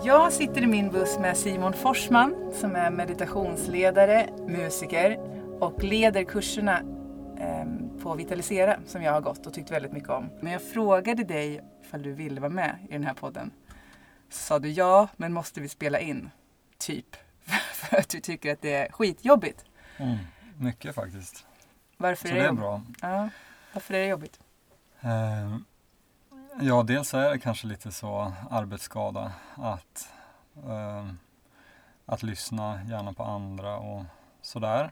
Jag sitter i min buss med Simon Forsman som är meditationsledare, musiker och leder kurserna på Vitalisera som jag har gått och tyckt väldigt mycket om. Men jag frågade dig ifall du ville vara med i den här podden. Så sa du ja, men måste vi spela in? Typ. För att du tycker att det är skitjobbigt. Mycket faktiskt. Varför så är det är bra. Ja, varför är det jobbigt? Ja, dels är det kanske lite så arbetsskada att lyssna gärna på andra och sådär.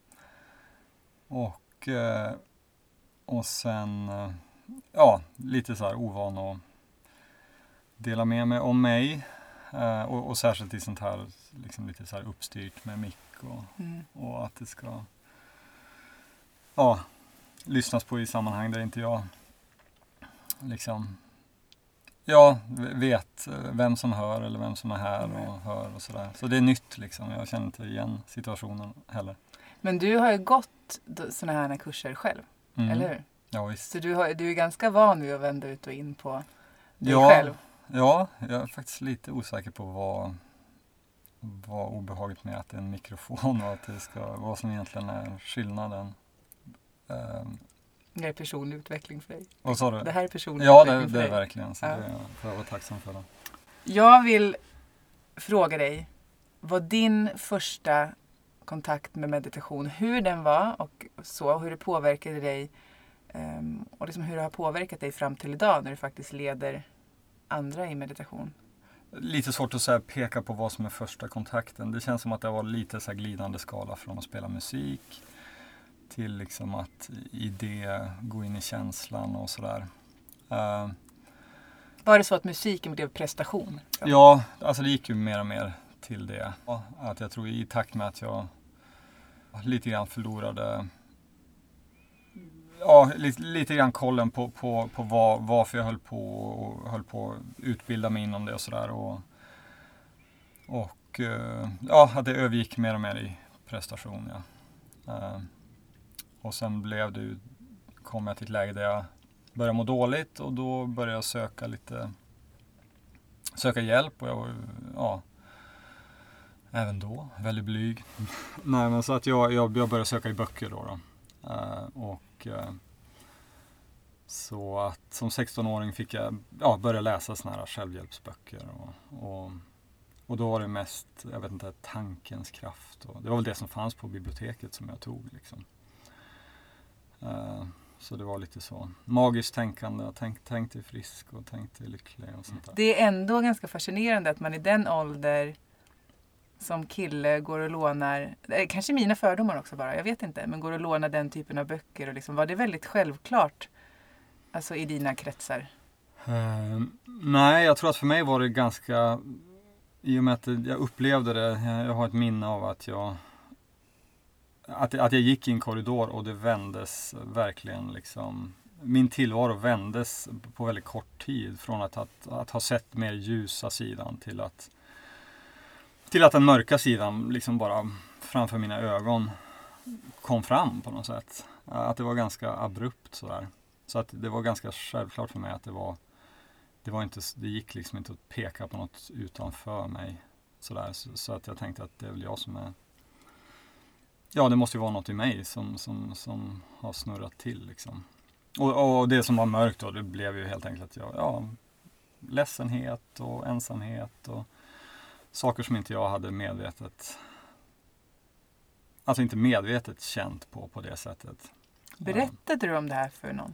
Och sen lite så här ovan att dela med mig om mig och särskilt i sånt här liksom lite så här uppstyrt med mick och att det ska lyssnas på i sammanhang där inte jag liksom vet vem som hör eller vem som är här och hör och sådär. Så det är nytt liksom. Jag känner inte igen situationen heller. Men du har ju gått såna här kurser själv, eller hur? Ja, visst. Så du är ganska van vid att vända ut och in på dig själv. Ja, jag är faktiskt lite osäker på vad obehagligt med att det är en mikrofon och att det ska vad som egentligen är skillnaden. Det är personlig utveckling för dig. Vad sa du? Det här är personlig utveckling för dig. Ja, det är verkligen. Så det får jag vara tacksam för det. Jag vill fråga dig vad din första kontakt med meditation, hur den var och hur det påverkade dig och liksom hur det har påverkat dig fram till idag när du faktiskt leder andra i meditation. Lite svårt att så här peka på vad som är första kontakten. Det känns som att det var lite så här glidande skala från att spela musik till liksom att i det gå in i känslan och sådär. Var det så att musiken blev prestation? Ja, alltså det gick ju mer och mer till det. Att jag tror i takt med att jag lite grann förlorade lite grann kollen på varför jag höll på att utbilda mig inom det och sådär. Och att det övergick mer och mer i prestation. Ja. Och sen kom jag till ett läge där jag började må dåligt och då började jag söka hjälp och jag var även då väldigt blyg. Nej, men så att jag började söka i böcker då. Så att som 16-åring fick jag börja läsa såna här självhjälpsböcker och då var det mest, jag vet inte, tankens kraft och det var väl det som fanns på biblioteket som jag tog liksom. Så det var lite så magiskt tänkande, tänk dig frisk och tänk dig lycklig och sånt där. Det är ändå ganska fascinerande att man i den ålder som kille går och lånar, kanske mina fördomar också bara, jag vet inte, men går och lånar den typen av böcker och liksom, var det väldigt självklart alltså i dina kretsar? Nej, jag tror att för mig var det ganska, i och med att jag upplevde det, jag har ett minne av att jag gick i en korridor och det vändes verkligen liksom, min tillvaro vändes på väldigt kort tid från att ha sett mer ljusa sidan till att den mörka sidan liksom bara framför mina ögon kom fram på något sätt. Att det var ganska abrupt sådär. Så att det var ganska självklart för mig att det gick liksom inte att peka på något utanför mig sådär. Så att jag tänkte att det är väl jag som är, det måste ju vara något i mig som har snurrat till liksom. Och det som var mörkt då, det blev ju helt enkelt att ledsenhet och ensamhet och saker som inte jag hade inte medvetet känt på det sättet. Berättade du om det här för någon?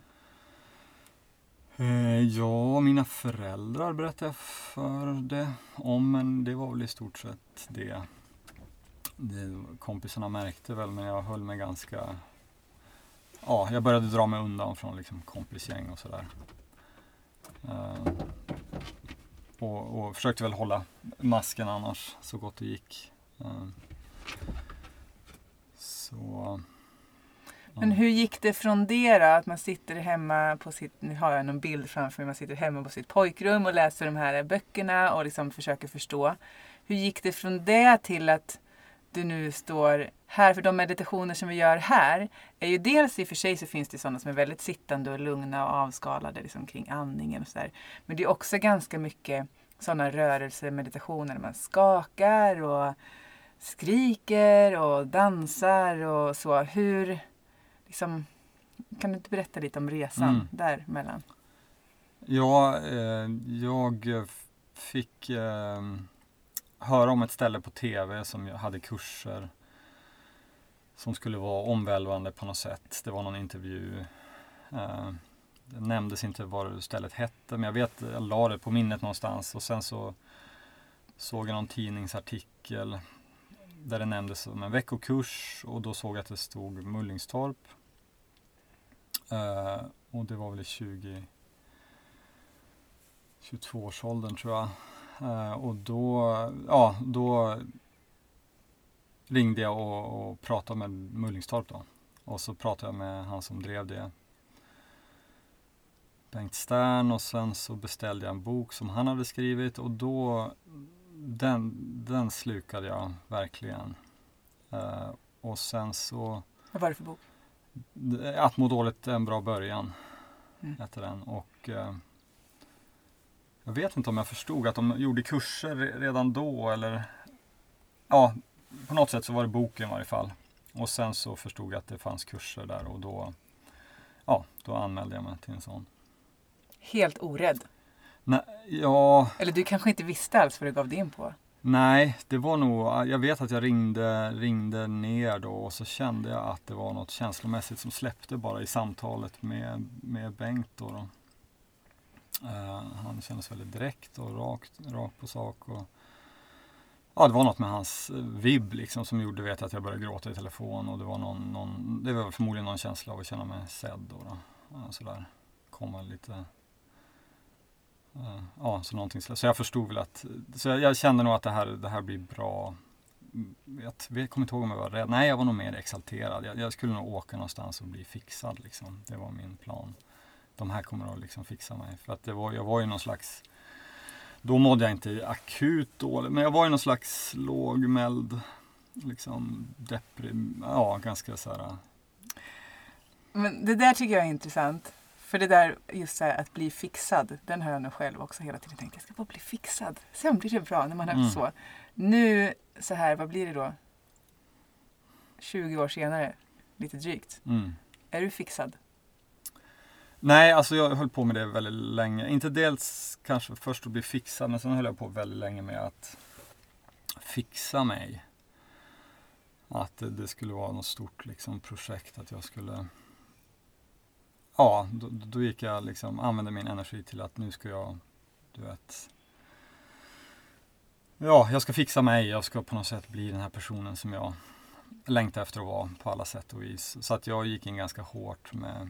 Ja, mina föräldrar berättade jag för det om, men det var väl i stort sett det. Kompisarna märkte väl, men jag höll mig ganska, jag började dra mig undan från liksom kompisgäng och sådär. Och försökte väl hålla masken annars så gott det gick. Men hur gick det från det då? Att man sitter hemma på sitt, nu har jag någon bild framför mig, man sitter hemma på sitt pojkrum och läser de här böckerna och liksom försöker förstå. Hur gick det från det till att du nu står här? För de meditationer som vi gör här är ju dels, i och för sig så finns det sådana som är väldigt sittande och lugna och avskalade liksom kring andningen och sådär. Men det är också ganska mycket sådana rörelsemeditationer där man skakar och skriker och dansar och så. Hur, liksom, kan du inte berätta lite om resan däremellan? Ja, jag fick höra om ett ställe på tv som hade kurser som skulle vara omvälvande på något sätt. Det var någon intervju. Det nämndes inte vad stället hette, men jag vet, jag la det på minnet någonstans. Och sen så såg jag någon tidningsartikel där det nämndes som en veckokurs, och då såg jag att det stod Mullingstorp. Och det var väl i 22-årsåldern tror jag. Och då ringde jag och pratade med Mullingstorp då. Och så pratade jag med han som drev det, Bengt Stern, och sen så beställde jag en bok som han hade skrivit, och då den slukade jag verkligen. Och sen så... Vad var det för bok? Att må dåligt är en bra början, heter den. Och jag vet inte om jag förstod att de gjorde kurser redan då, eller... Ja, på något sätt så var det boken i varje fall. Och sen så förstod jag att det fanns kurser där, och då anmälde jag mig till en sån. Helt orädd? Nej, ja... Eller du kanske inte visste alls vad du gav dig in på? Nej, det var nog... Jag vet att jag ringde ner då, och så kände jag att det var något känslomässigt som släppte bara i samtalet med Bengt då. Han kändes väldigt direkt och rakt på sak. Och, ja, det var något med hans vibb liksom som gjorde, vet att jag började gråta i telefon, och det var det var förmodligen någon känsla av att känna mig sedd då. Sådär, komma lite... Ja, så någonting. Så jag förstod väl att... Så jag kände nog att det här blir bra. Jag kommer inte ihåg om jag var rädd. Nej, jag var nog mer exalterad. Jag skulle nog åka någonstans och bli fixad liksom. Det var min plan. De här kommer att liksom fixa mig. För att jag var ju någon slags... Då mådde jag inte akut dåligt, men jag var ju någon slags lågmäld, liksom ganska så här... Men det där tycker jag är intressant. För det där, just så här, att bli fixad, den har jag nog själv också hela tiden tänkt. Jag ska bara bli fixad. Sen blir det bra när man har så. Nu, så här, vad blir det då? 20 år senare, lite drygt. Är du fixad? Nej, alltså jag höll på med det väldigt länge. Inte dels kanske först att bli fixad, men sen höll jag på väldigt länge med att fixa mig. Att det skulle vara något stort liksom, projekt, att jag skulle... Ja, då gick jag liksom, använde min energi till att nu ska jag, du vet... Ja, jag ska fixa mig. Jag ska på något sätt bli den här personen som jag längtar efter att vara på alla sätt och vis. Så att jag gick in ganska hårt med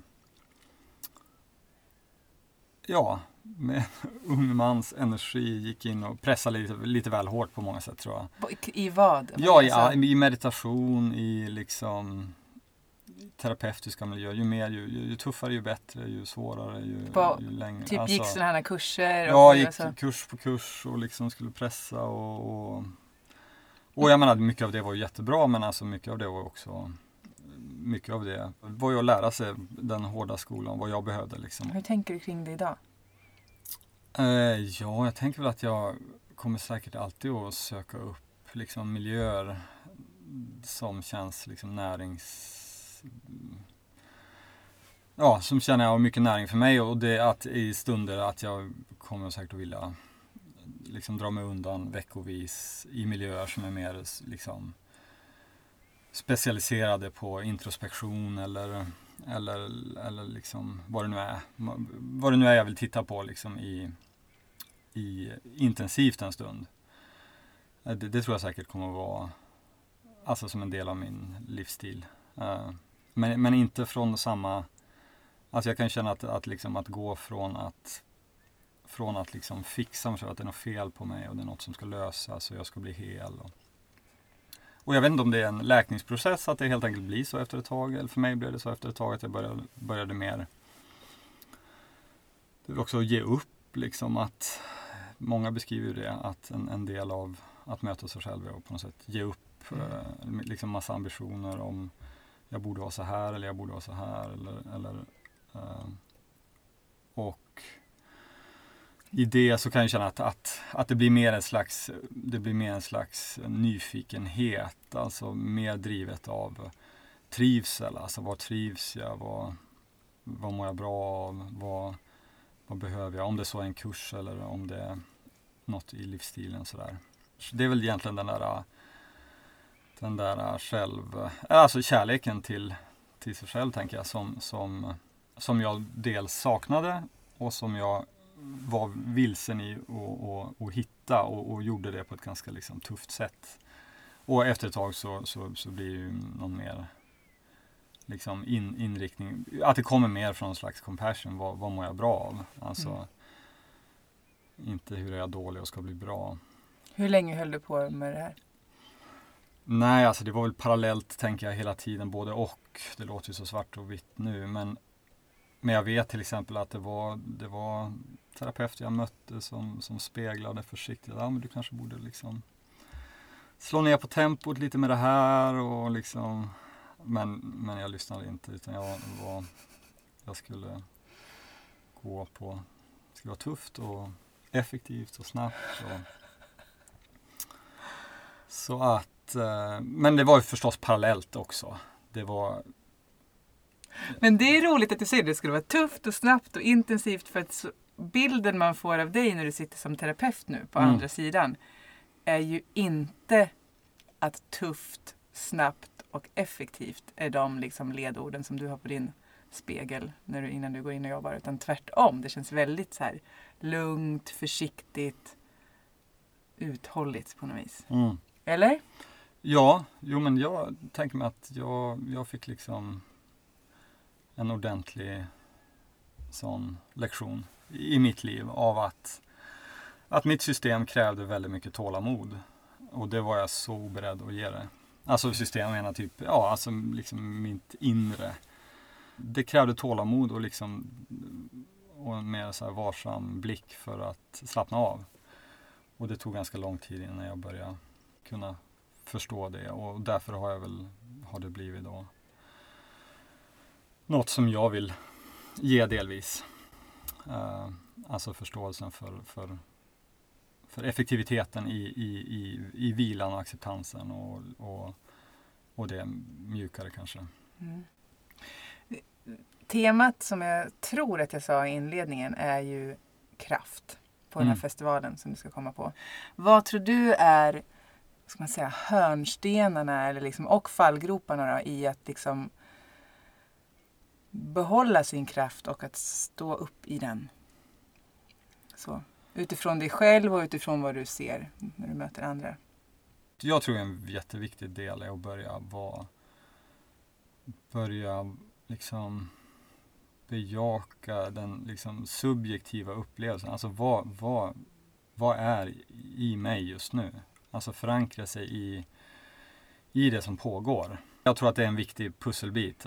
ung mans energi, gick in och pressade lite väl hårt på många sätt tror jag. I vad? Ja, i meditation, i liksom terapeutiska miljöer. Ju tuffare ju bättre, ju svårare ju längre. Typ alltså, gick sådana här kurser? Ja, gick kurs på kurs och liksom skulle pressa och jag menar, mycket av det var ju jättebra, men alltså mycket av det var också... Mycket av det var ju att lära sig den hårda skolan, vad jag behövde liksom. Hur tänker du kring det idag? Ja, jag tänker väl att jag kommer säkert alltid att söka upp liksom miljöer som känns liksom som känner jag har mycket näring för mig, och det att i stunder att jag kommer säkert att vilja liksom dra mig undan veckovis i miljöer som är mer liksom specialiserade på introspektion eller liksom vad det nu är jag vill titta på liksom i intensivt en stund. Det tror jag säkert kommer att vara alltså som en del av min livsstil. Men inte från samma, alltså jag kan känna att liksom att gå från att liksom fixa mig så att det är något fel på mig och det är något som ska lösas och jag ska bli hel. Och jag vet inte om det är en läkningsprocess, att det helt enkelt blir så efter ett tag. Eller för mig blev det så efter ett tag att jag började mer... Det vill också ge upp, liksom att... Många beskriver det, att en del av att möta sig själv är att på något sätt ge upp liksom massa ambitioner om jag borde vara så här eller jag borde vara så här. i det så kan jag känna att det blir mer en slags nyfikenhet, alltså mer drivet av trivsel, alltså vad trivs jag, vad mår jag bra av, vad behöver jag, om det så är en kurs eller om det är något i livsstilen sådär. Så det är väl egentligen den där alltså kärleken till sig själv, tänker jag, som jag dels saknade och som jag var vilsen i och hitta och gjorde det på ett ganska liksom tufft sätt. Och efter ett tag så blir ju någon mer liksom inriktning, att det kommer mer från en slags compassion, vad mår jag bra av? Alltså inte hur är jag dålig och ska bli bra. Hur länge höll du på med det här? Nej, alltså det var väl parallellt, tänker jag, hela tiden, både och. Det låter ju så svart och vitt nu, men jag vet till exempel att det var terapeuter jag mötte som speglade försiktigt. Ja, men du kanske borde liksom slå ner på tempot lite med det här och liksom, men jag lyssnade inte, utan jag skulle gå på, det skulle vara tufft och effektivt och snabbt så att, men det var ju förstås parallellt också. Men det är roligt att du säger det skulle vara tufft och snabbt och intensivt, för att bilden man får av dig när du sitter som terapeut nu på andra sidan är ju inte att tufft, snabbt och effektivt är de liksom ledorden som du har på din spegel innan du går in och jobbar, utan tvärtom. Det känns väldigt så här lugnt, försiktigt, uthålligt på något vis. Eller? Ja, men jag tänker mig att jag fick liksom en ordentlig sån lektion i mitt liv av att mitt system krävde väldigt mycket tålamod. Och det var jag så beredd att ge det. Alltså systemet menar typ, alltså liksom mitt inre. Det krävde tålamod och liksom och en mer så här varsam blick för att slappna av. Och det tog ganska lång tid innan jag började kunna förstå det, och därför har det blivit då något som jag vill ge delvis. Alltså förståelsen för effektiviteten i vilan och acceptansen och det mjukare kanske. Temat som jag tror att jag sa i inledningen är ju kraft på den här festivalen som du ska komma på. Vad tror du är, ska man säga, hörnstenarna eller liksom, och fallgroparna då, i att liksom behålla sin kraft och att stå upp i den? Så, utifrån dig själv och utifrån vad du ser när du möter andra. Jag tror en jätteviktig del är att börja liksom bejaka den liksom subjektiva upplevelsen. Alltså vad är i mig just nu? Alltså förankra sig i det som pågår. Jag tror att det är en viktig pusselbit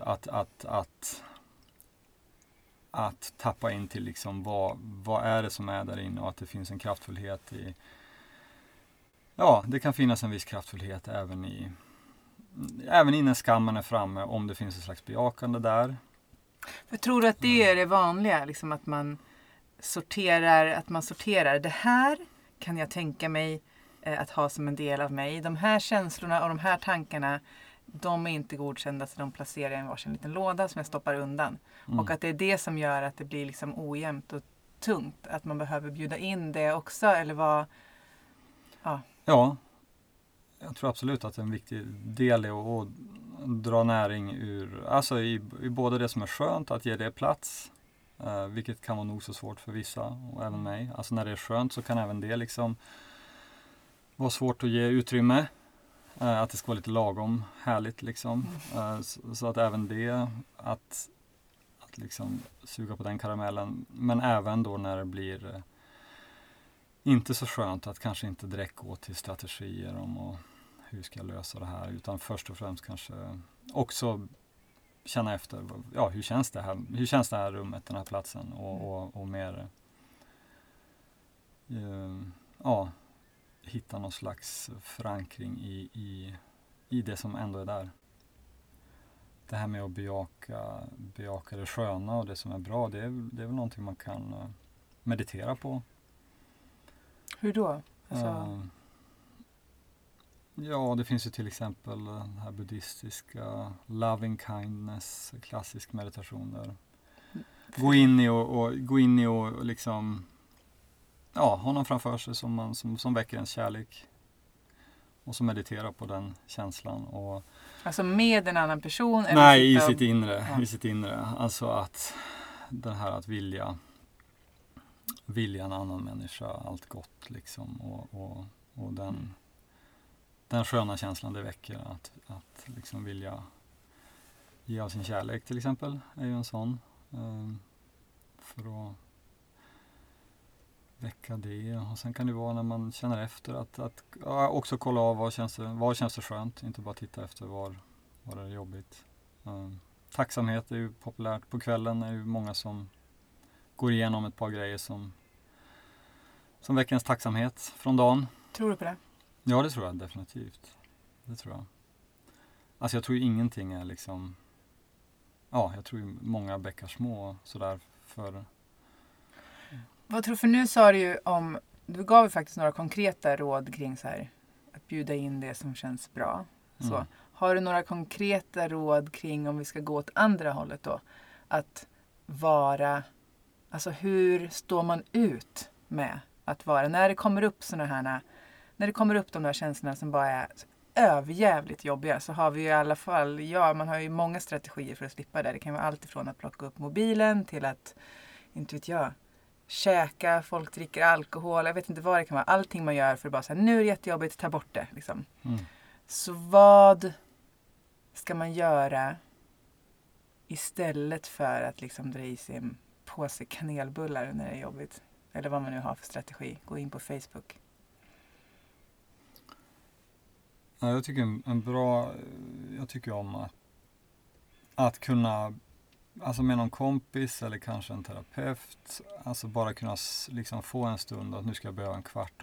att tappa in till liksom vad är det som är där inne, och att det finns en kraftfullhet i. Ja, det kan finnas en viss kraftfullhet även innan skammen är framme, om det finns ett slags bejakande där. Jag tror att det är det vanliga, liksom att man sorterar. Det här kan jag tänka mig att ha som en del av mig. De här känslorna och de här tankarna, de är inte godkända, så de placerar jag i en varsin liten låda som jag stoppar undan. Och att det är det som gör att det blir liksom ojämnt och tungt. Att man behöver bjuda in det också, eller vad? Ja, jag tror absolut att en viktig del är att dra näring ur, alltså i både det som är skönt, att ge det plats, vilket kan vara nog så svårt för vissa och även mig. Alltså när det är skönt så kan även det liksom vara svårt att ge utrymme, att det ska vara lite lagom härligt liksom. Så att även det, att liksom suga på den karamellen, men även då när det blir inte så skönt, att kanske inte direkt gå till strategier om hur ska jag lösa det här, utan först och främst kanske också känna efter, hur känns det här rummet, den här platsen, och mer hitta någon slags förankring i det som ändå är där. Det här med att bejaka det sköna och det som är bra, det är väl någonting man kan meditera på. Hur då? Alltså... Ja, det finns ju till exempel den här buddhistiska loving kindness, klassisk meditation där. Gå in i och liksom ha någon framför sig som väcker ens kärlek. Och så meditera på den känslan. Och, alltså med en annan person? Eller nej, i sitt inre. Ja. I sitt inre. Alltså att det här att vilja en annan människa allt gott liksom. Och den sköna känslan det väcker att liksom vilja ge av sin kärlek till exempel är ju en sån. För att väcka det. Och sen kan det vara när man känner efter att också kolla av vad känns det skönt. Inte bara titta efter var det är jobbigt. Tacksamhet är ju populärt. På kvällen är ju många som går igenom ett par grejer som väcker ens tacksamhet från dagen. Tror du på det? Ja, det tror jag definitivt. Det tror jag. Alltså jag tror ju ingenting är liksom... Ja, jag tror ju många bäckar små sådär för... Vad tror du? För nu sa du ju om... Du gav ju faktiskt några konkreta råd kring så här... Att bjuda in det som känns bra. Så. Mm. Har du några konkreta råd kring om vi ska gå åt andra hållet då? Att vara... Alltså hur står man ut med att vara? När det kommer upp såna här... När det kommer upp de där känslorna som bara är överjävligt jobbiga så har vi ju i alla fall, man har ju många strategier för att slippa det. Det kan vara allt ifrån att plocka upp mobilen till att, inte vet jag, käka, folk dricker alkohol, jag vet inte vad det kan vara. Allting man gör för att bara säga, nu är det jättejobbigt, ta bort det. Liksom. Mm. Så vad ska man göra istället för att liksom dra i sig en påse kanelbullar när det är jobbigt? Eller vad man nu har för strategi. Gå in på Facebook. Ja, jag tycker om att kunna, alltså med någon kompis eller kanske en terapeut, alltså bara kunna liksom få en stund att nu ska jag behöva en kvart och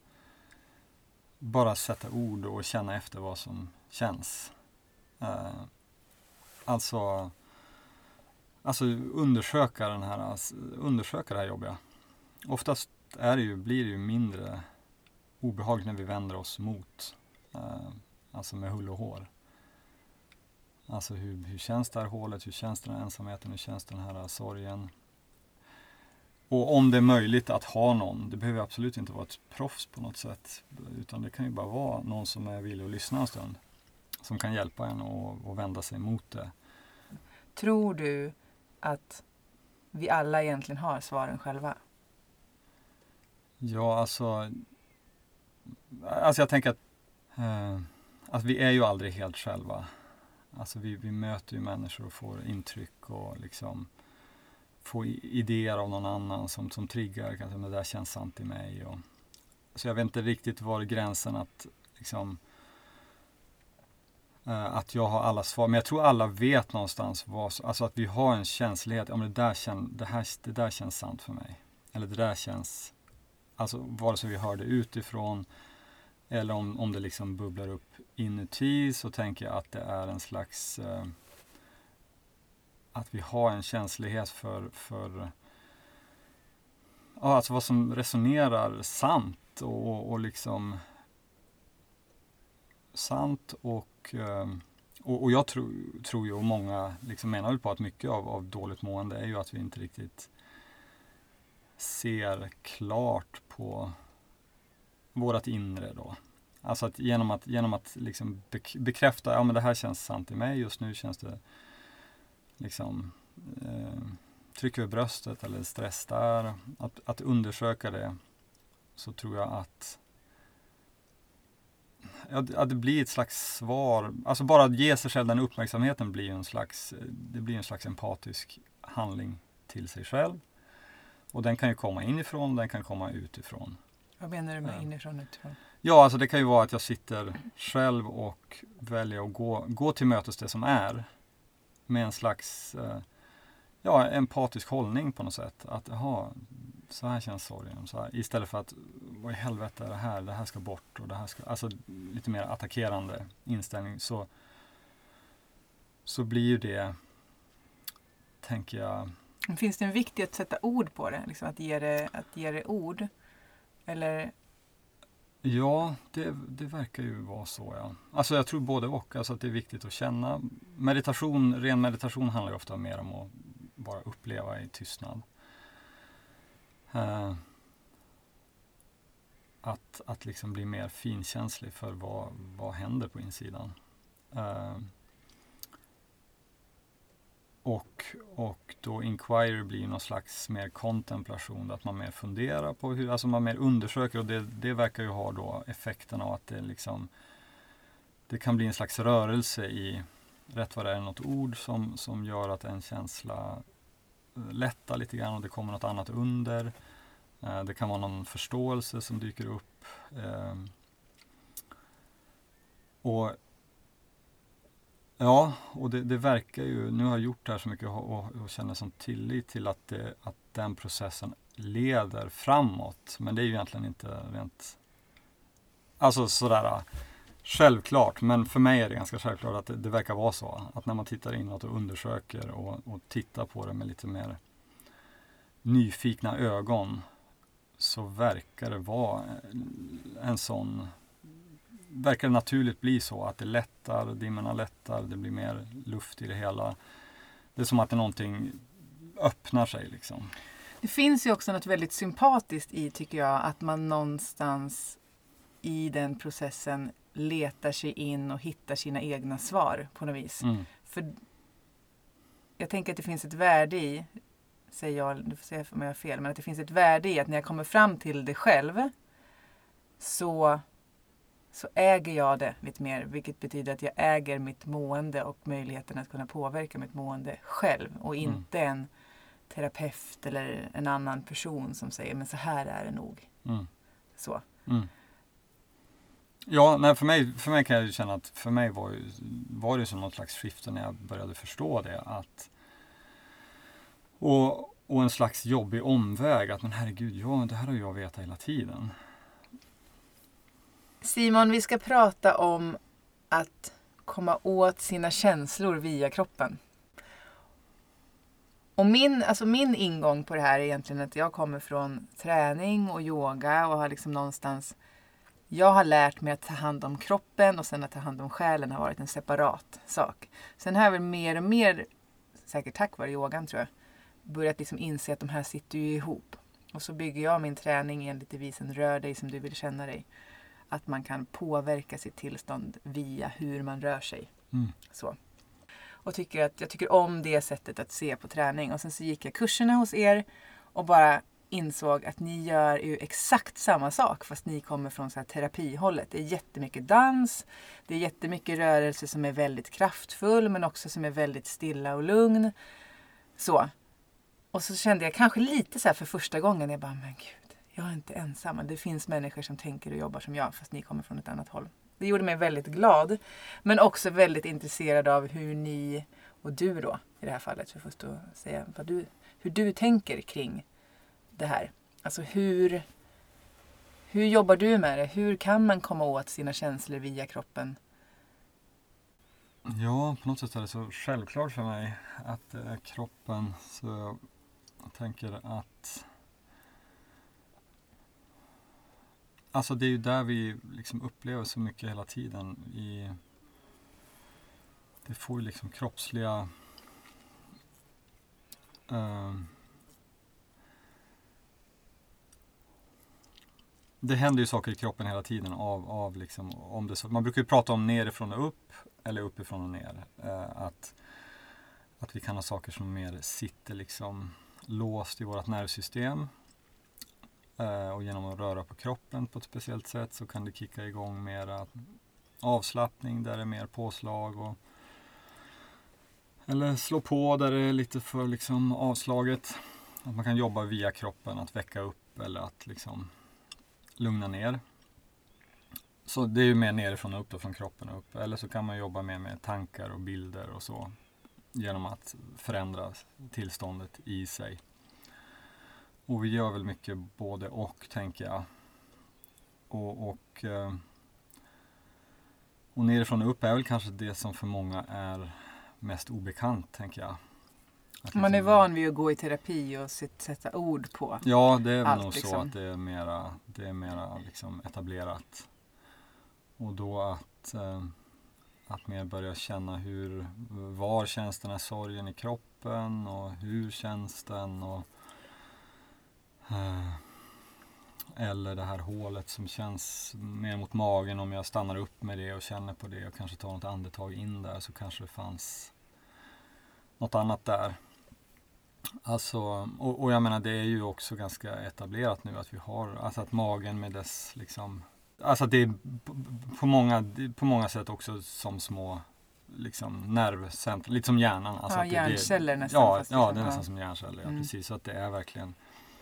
bara sätta ord och känna efter vad som känns. Alltså undersöka det här jobbiga. Oftast blir det ju mindre obehag när vi vänder oss mot alltså med hull och hår. Alltså hur känns det här hålet, hur känns den här ensamheten, hur känns den här sorgen. Och om det är möjligt att ha någon, det behöver absolut inte vara ett proffs på något sätt, utan det kan ju bara vara någon som är villig att lyssna en stund. Som kan hjälpa en och vända sig mot det. Tror du att vi alla egentligen har svaren själva? Ja, alltså jag tänker att vi är ju aldrig helt själva. Alltså vi möter ju människor och får intryck och liksom får idéer av någon annan som triggar, kanske det där känns sant i mig. Så jag vet inte riktigt var gränsen att liksom att jag har alla svar, men jag tror alla vet någonstans alltså att vi har en känslighet, om det där känns sant för mig. Eller det där känns, alltså vare sig vi hör det utifrån eller om det liksom bubblar upp inuti, så tänker jag att det är en slags att vi har en känslighet för alltså vad som resonerar sant och liksom sant och jag tror ju, och många liksom menar väl på att mycket av dåligt mående är ju att vi inte riktigt ser klart på vårat inre då. Alltså att genom att liksom bekräfta, men det här känns sant i mig, just nu känns det liksom tryck över bröstet eller stress där. Att undersöka det, så tror jag att det blir ett slags svar. Alltså bara att ge sig själv den uppmärksamheten blir en slags empatisk handling till sig själv. Och den kan ju komma inifrån, den kan komma utifrån. Vad menar du med inifrån och utifrån? Ja, alltså det kan ju vara att jag sitter själv och väljer att gå till mötes det som är. Med en slags empatisk hållning på något sätt. Att så här känns sorgen. Så här. Istället för att, vad i helvete är det här ska bort. Och det här ska, alltså lite mer attackerande inställning. Så blir ju det, tänker jag. Finns det en vikt i att sätta ord på det? Liksom att ge det ord? Eller Ja, det verkar ju vara så, ja. Alltså jag tror både och, alltså att det är viktigt att känna. Ren meditation handlar ju ofta mer om att bara uppleva i tystnad. Att liksom bli mer finkänslig för vad händer på insidan. Och då inquiry blir någon slags mer kontemplation, att man mer funderar på hur, alltså man mer undersöker, och det verkar ju ha då effekten av att det liksom, det kan bli en slags rörelse i, rätt vad det är, något ord som gör att en känsla lättar lite grann och det kommer något annat under. Det kan vara någon förståelse som dyker upp. Och ja, och det verkar ju, nu har jag gjort det här så mycket och känner som tillit till att den processen leder framåt. Men det är ju egentligen inte rent, alltså sådär självklart, men för mig är det ganska självklart att det verkar vara så. Att när man tittar inåt och undersöker och tittar på det med lite mer nyfikna ögon, så verkar det vara en sån, verkar det naturligt bli så att det lättar, dimmorna lättar, det blir mer luft i det hela. Det är som att det någonting öppnar sig liksom. Det finns ju också något väldigt sympatiskt i, tycker jag, att man någonstans i den processen letar sig in och hittar sina egna svar på något vis. För jag tänker att det finns ett värde i, säger jag, du får säga om jag har fel, men att det finns ett värde i att när jag kommer fram till det själv så äger jag det lite mer, vilket betyder att jag äger mitt mående och möjligheten att kunna påverka mitt mående själv och inte en terapeut eller en annan person som säger, men så här är det nog. Så. Ja, nej, för mig kan jag ju känna att för mig var det som något slags skifte när jag började förstå det, att och en slags jobbig omväg, att men herregud, det här har jag vetat hela tiden. Simon, vi ska prata om att komma åt sina känslor via kroppen. Och min ingång på det här är egentligen att jag kommer från träning och yoga och har liksom någonstans, jag har lärt mig att ta hand om kroppen och sen att ta hand om själen har varit en separat sak. Sen har jag väl mer och mer, säkert tack vare yogan tror jag, börjat liksom inse att de här sitter ju ihop. Och så bygger jag min träning enligt devisen rör dig som du vill känna dig. Att man kan påverka sitt tillstånd via hur man rör sig. Så. Och jag tycker om det sättet att se på träning. Och sen så gick jag kurserna hos er och bara insåg att ni gör ju exakt samma sak fast ni kommer från så här terapihållet. Det är jättemycket dans, det är jättemycket rörelse som är väldigt kraftfull men också som är väldigt stilla och lugn. Så. Och så kände jag kanske lite så här för första gången, jag bara, men gud, jag är inte ensam. Det finns människor som tänker och jobbar som jag fast ni kommer från ett annat håll. Det gjorde mig väldigt glad men också väldigt intresserad av hur ni och du då i det här fallet, för först att säga hur du tänker kring det här. Alltså hur jobbar du med det? Hur kan man komma åt sina känslor via kroppen? Ja, på något sätt är det så självklart för mig att det är kroppen. Så jag tänker att alltså det är ju där vi liksom upplever så mycket hela tiden. Det får ju liksom kroppsliga det händer ju saker i kroppen hela tiden av liksom, om det så, man brukar ju prata om nerifrån och upp eller uppifrån och ner. Att vi kan ha saker som mer sitter liksom låst i vårt nervsystem. Och genom att röra på kroppen på ett speciellt sätt så kan det kicka igång mera avslappning där det är mer påslag eller slå på där det är lite för liksom avslaget. Att man kan jobba via kroppen, att väcka upp eller att liksom lugna ner. Så det är ju mer nerifrån och upp då, från kroppen och upp. Eller så kan man jobba mer med tankar och bilder och så. Genom att förändra tillståndet i sig. Och vi gör väl mycket både och, tänker jag. Och nerifrån och upp är väl kanske det som för många är mest obekant, tänker jag. Man är van vid att gå i terapi och sätta ord på Ja, det är allt, nog liksom. så att det är mera liksom etablerat. Och då att mer börja känna var känns den här sorgen i kroppen och hur känns den och eller det här hålet som känns mer mot magen, om jag stannar upp med det och känner på det och kanske tar något andetag in där, så kanske det fanns något annat där. Alltså, och jag menar, det är ju också ganska etablerat nu att vi har, alltså att magen med dess liksom, alltså det är på många sätt också som små liksom nervcentrum, lite som hjärnan. Alltså Ja, att hjärnceller nästan. Ja, Fast ja, liksom, det är nästan som hjärnceller, ja, precis. Så att det är verkligen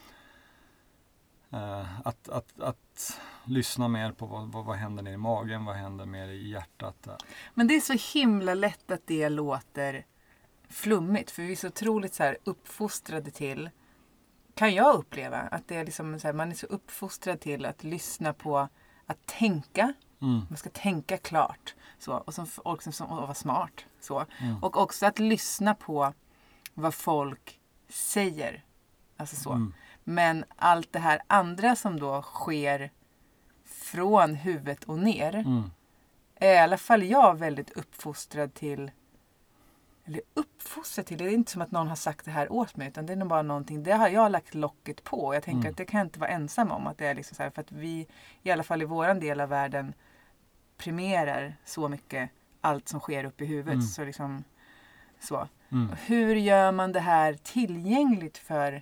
att lyssna mer på vad händer ner i magen, vad händer mer i hjärtat där. Men det är så himla lätt att det låter flummigt, för vi är så otroligt så här uppfostrade till, kan jag uppleva, att det är liksom så här, man är så uppfostrad till att lyssna på, att tänka. Man ska tänka klart så, och vara smart så. Och också att lyssna på vad folk säger. Alltså så. Men allt det här andra som då sker från huvudet och ner är i alla fall jag väldigt uppfostrad till. Eller uppfostrad till, det är inte som att någon har sagt det här åt mig, utan det är nog bara någonting, det har jag lagt locket på. Jag tänker att det kan jag inte vara ensam om, att det är liksom så här, för att vi i alla fall i våran del av världen premierar så mycket allt som sker upp i huvudet. Så liksom så. Hur gör man det här tillgängligt för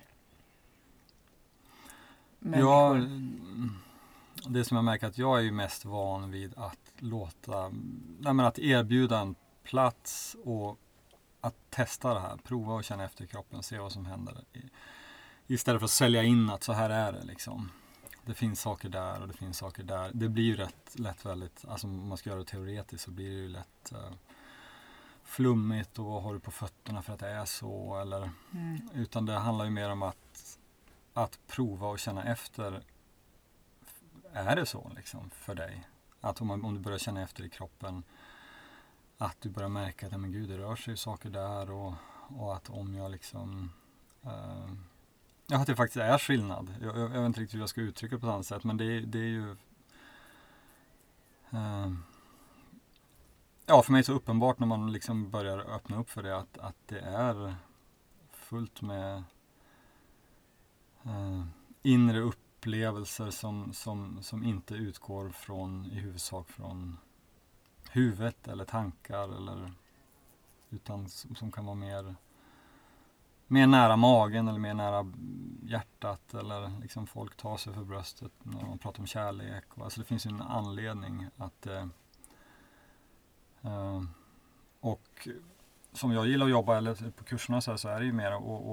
människor? Ja, det som jag märker att jag är ju mest van vid att att erbjuda en plats och att testa det här, prova och känna efter i kroppen, se vad som händer. Istället för att sälja in att så här är det liksom. Det finns saker där och det finns saker där. Det blir ju rätt lätt väldigt, alltså om man ska göra det teoretiskt så blir det ju lätt flummigt och vad har du på fötterna för att det är så, eller utan det handlar ju mer om att prova och känna efter. Är det så liksom för dig? Att om du börjar känna efter i kroppen, att du börjar märka att men gud, det rör sig saker där och att om jag liksom att det faktiskt är skillnad. Jag vet inte riktigt hur jag ska uttrycka det på ett annat sätt, men det är ju för mig är det så uppenbart när man liksom börjar öppna upp för det att det är fullt med inre upplevelser som inte utgår i huvudsak från huvudet eller tankar utan som kan vara mer nära magen eller mer nära hjärtat, eller liksom folk tar sig för bröstet när man pratar om kärlek. Alltså det finns ju en anledning att och som jag gillar att jobba eller på kurserna så är det ju mer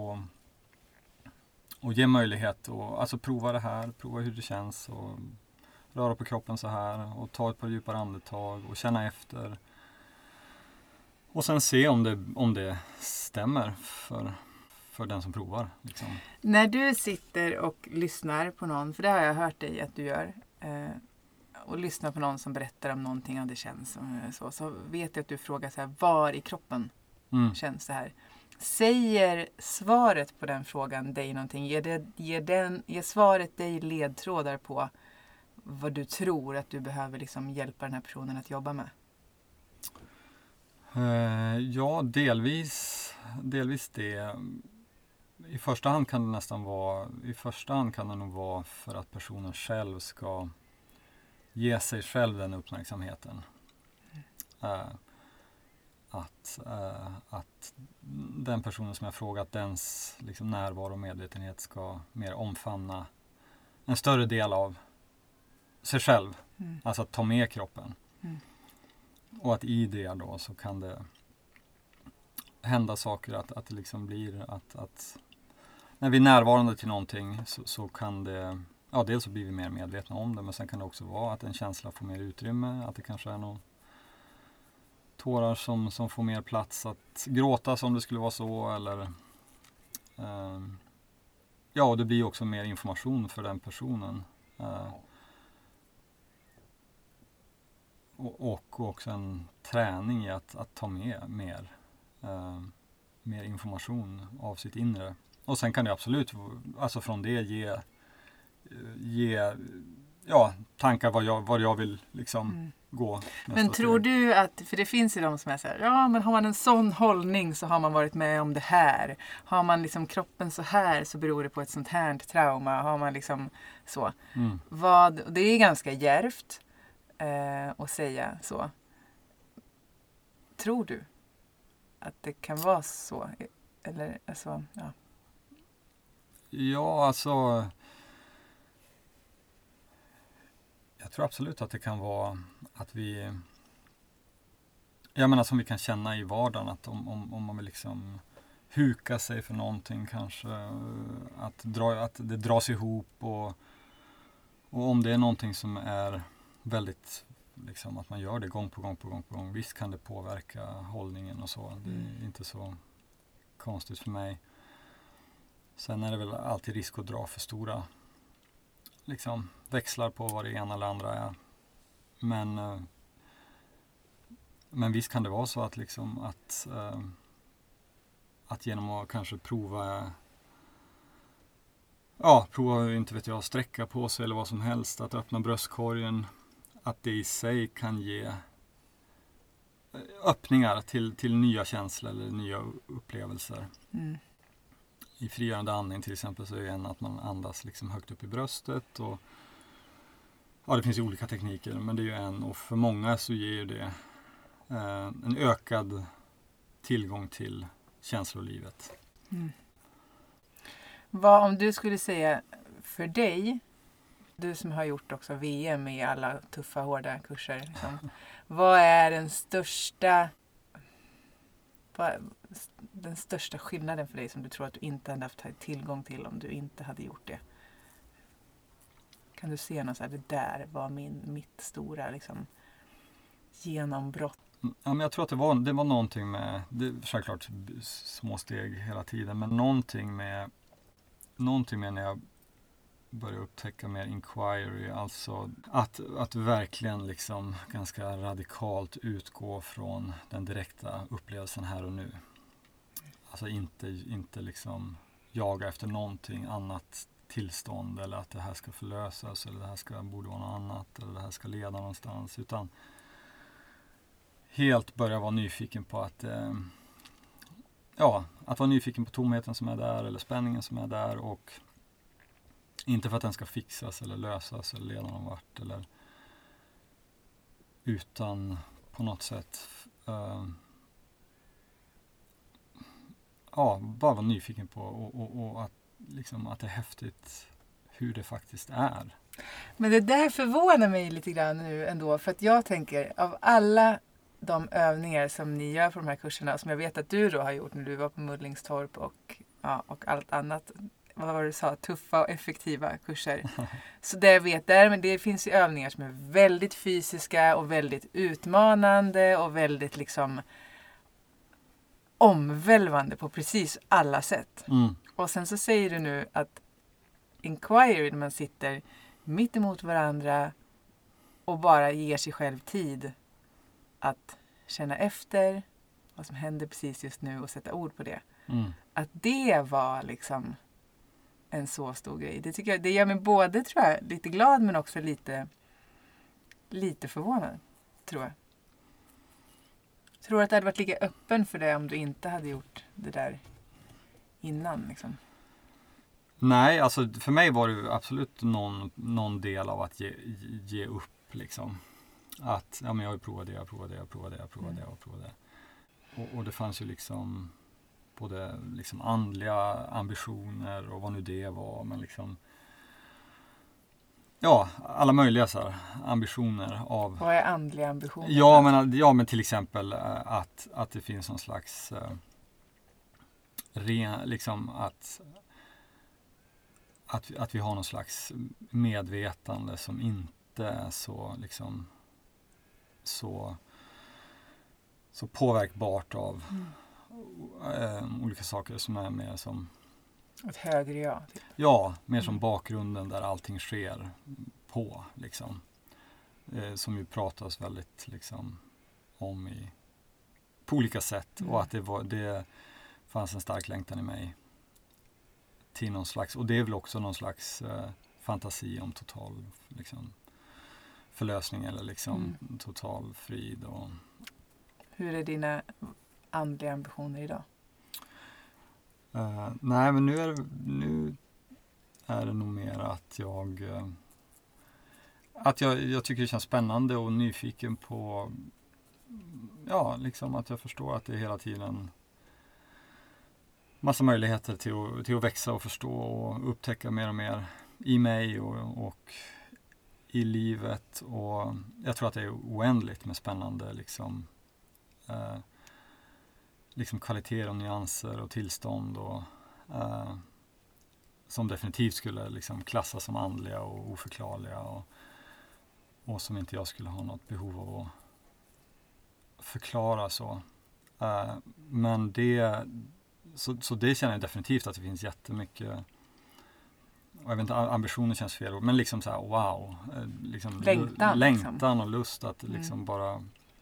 och ge möjlighet och alltså prova det här, prova hur det känns och röra på kroppen så här och ta ett par djupare andetag och känna efter. Och sen se om det stämmer för den som provar. Liksom. När du sitter och lyssnar på någon, för det har jag hört dig att du gör, och lyssnar på någon som berättar om någonting och det känns så vet jag att du frågar så här, var i kroppen känns det här? Säger svaret på den frågan dig någonting? Ger svaret dig ledtrådar på vad du tror att du behöver liksom hjälpa den här personen att jobba med? Ja, delvis det. I första hand kan det nog vara för att personen själv ska ge sig själv den uppmärksamheten. Att den personen som jag frågat, dens liksom närvaro och medvetenhet ska mer omfamna en större del av sig själv. Alltså att ta med kroppen. Och att i det då så kan det hända saker, att det liksom blir att när vi är närvarande till någonting så kan det, dels så blir vi mer medvetna om det, men sen kan det också vara att en känsla får mer utrymme, att det kanske är någon tårar som får mer plats att gråta som det skulle vara så, eller och det blir också mer information för den personen. Och också en träning i att ta med mer. mer information av sitt inre. Och sen kan det absolut, alltså från det ge tankar vad jag vill liksom gå. Men tror du att, för det finns ju de som är så här, ja men har man en sån hållning så har man varit med om det här. Har man liksom kroppen så här så beror det på ett sånt här trauma. Har man liksom så. Det är ganska djärvt att säga så. Tror du att det kan vara så? Eller alltså, ja. Ja, alltså jag tror absolut att det kan vara att jag menar som vi kan känna i vardagen, att om man vill liksom huka sig för någonting kanske, att det dras ihop och om det är någonting som är väldigt liksom att man gör det gång på gång, visst kan det påverka hållningen och så. Det är inte så konstigt för mig. Sen är det väl alltid risk att dra för stora liksom växlar på vad det ena eller andra är. Men visst kan det vara så att liksom att genom att kanske prova inte vet jag, sträcka på sig eller vad som helst, att öppna bröstkorgen, att det i sig kan ge öppningar till nya känslor eller nya upplevelser. I frigörande andning till exempel så är en att man andas liksom högt upp i bröstet, och det finns ju olika tekniker, men det är ju en, och för många så ger det en ökad tillgång till känslolivet. Vad om du skulle säga för dig, du som har gjort också VM i alla tuffa, hårda kurser, liksom, vad är den största skillnaden för dig som du tror att du inte hade haft tillgång till om du inte hade gjort det? Kan du se något så här, det där var mitt stora liksom genombrott? Ja, men jag tror att det var någonting med, det är självklart små steg hela tiden, men någonting med när jag började upptäcka mer inquiry, alltså att verkligen liksom ganska radikalt utgå från den direkta upplevelsen här och nu. Alltså inte liksom jaga efter någonting annat tillstånd, eller att det här ska förlösas, eller det här borde vara något annat, eller det här ska leda någonstans, utan helt börja vara nyfiken på att vara nyfiken på tomheten som är där, eller spänningen som är där, och inte för att den ska fixas eller lösas eller leda någon vart, eller utan på något sätt bara vara nyfiken på och att liksom att det är häftigt hur det faktiskt är. Men det där förvånar mig lite grann nu ändå, för att jag tänker av alla de övningar som ni gör på de här kurserna, som jag vet att du då har gjort när du var på Muddlingstorp och allt annat, vad var det du sa, tuffa och effektiva kurser. Så det jag vet där, men det finns ju övningar som är väldigt fysiska och väldigt utmanande och väldigt liksom omvälvande på precis alla sätt. Och sen så säger du nu att inquiry, när man sitter mitt emot varandra och bara ger sig själv tid att känna efter vad som händer precis just nu och sätta ord på det. Att det var liksom en så stor grej. Det tycker jag, det gör mig både, tror jag, lite glad men också lite förvånad, tror jag. Tror att det hade varit lika öppen för det om du inte hade gjort det där innan liksom? Nej, alltså för mig var det absolut någon del av att ge upp liksom. Att jag har provat det. Och det fanns ju liksom både liksom andliga ambitioner och vad nu det var, men liksom alla möjliga så här ambitioner av. Vad är andliga ambitioner? Ja, men till exempel att det finns någon slags liksom att vi har någon slags medvetande som inte är så liksom så påverkbart av olika saker som är mer som ett högre jag. Typ. Ja, mer som bakgrunden där allting sker på liksom. Som ju pratas väldigt liksom om på olika sätt. Och att det fanns en stark längtan i mig till någon slags, och det är väl också någon slags fantasi om total liksom, förlösning eller liksom total frid. Och... Hur är dina andliga ambitioner idag? Nej, men nu är det nog mer att jag tycker det känns spännande och nyfiken på, ja, liksom att jag förstår att det är hela tiden massa möjligheter till att växa och förstå och upptäcka mer och mer i mig och i livet, och jag tror att det är oändligt med spännande liksom kvaliteter och nyanser och tillstånd och som definitivt skulle liksom klassas som andliga och oförklarliga och som inte jag skulle ha något behov av att förklara så. Men så det känner jag definitivt att det finns jättemycket, och jag vet inte, ambitioner känns fel, men liksom så här wow, liksom längtan och lust att liksom bara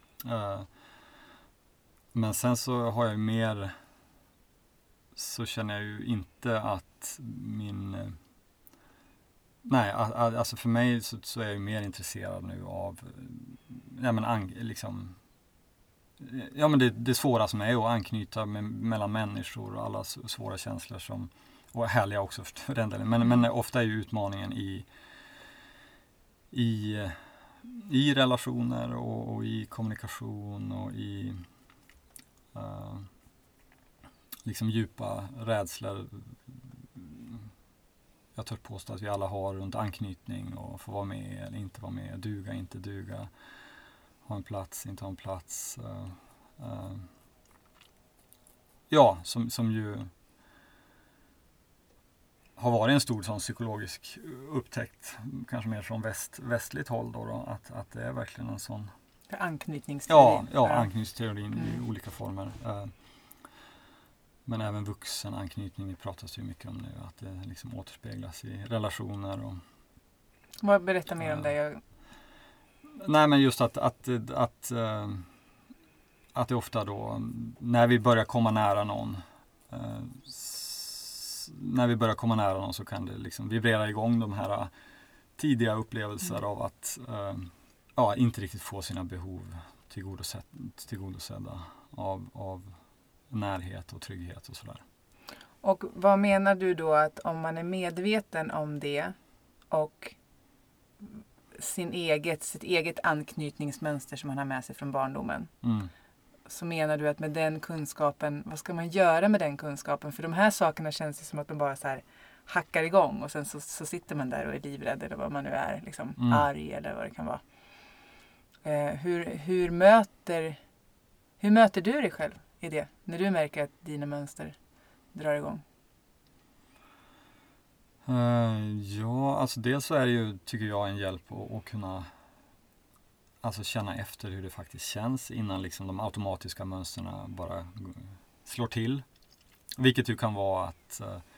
men sen så har jag ju mer, så känner jag ju inte att alltså för mig så är jag ju mer intresserad nu av det svåra som är att anknyta mellan människor och alla svåra känslor som, och härliga också för den delen, men ofta är ju utmaningen i relationer och i kommunikation och i liksom djupa rädslor. Jag törs påstå att vi alla har runt anknytning och få vara med eller inte vara med, duga, inte duga, ha en plats, inte ha en plats. Som ju har varit en stor sån psykologisk upptäckt, kanske mer från västligt håll då, att det är verkligen en sån anknytningsteorin. Ja, anknytningsteorin i olika former. Men även vuxen anknytning pratas ju mycket om nu, att det liksom återspeglas i relationer. Och, berätta mer om det. Nej, men just att det ofta då, när vi börjar komma nära någon, så kan det liksom vibrera igång de här tidiga upplevelser av att inte riktigt få sina behov tillgodosedda av närhet och trygghet och sådär. Och vad menar du då, att om man är medveten om det och sitt eget anknytningsmönster som man har med sig från barndomen, så menar du att med den kunskapen, vad ska man göra med den kunskapen? För de här sakerna känns det som att de bara så här hackar igång och sen så sitter man där och är livrädd eller vad man nu är, liksom arg eller vad det kan vara. Hur möter du dig själv i det, när du märker att dina mönster drar igång? Alltså dels så är det ju, tycker jag, en hjälp att kunna alltså känna efter hur det faktiskt känns innan liksom de automatiska mönstren bara slår till. Vilket ju kan vara att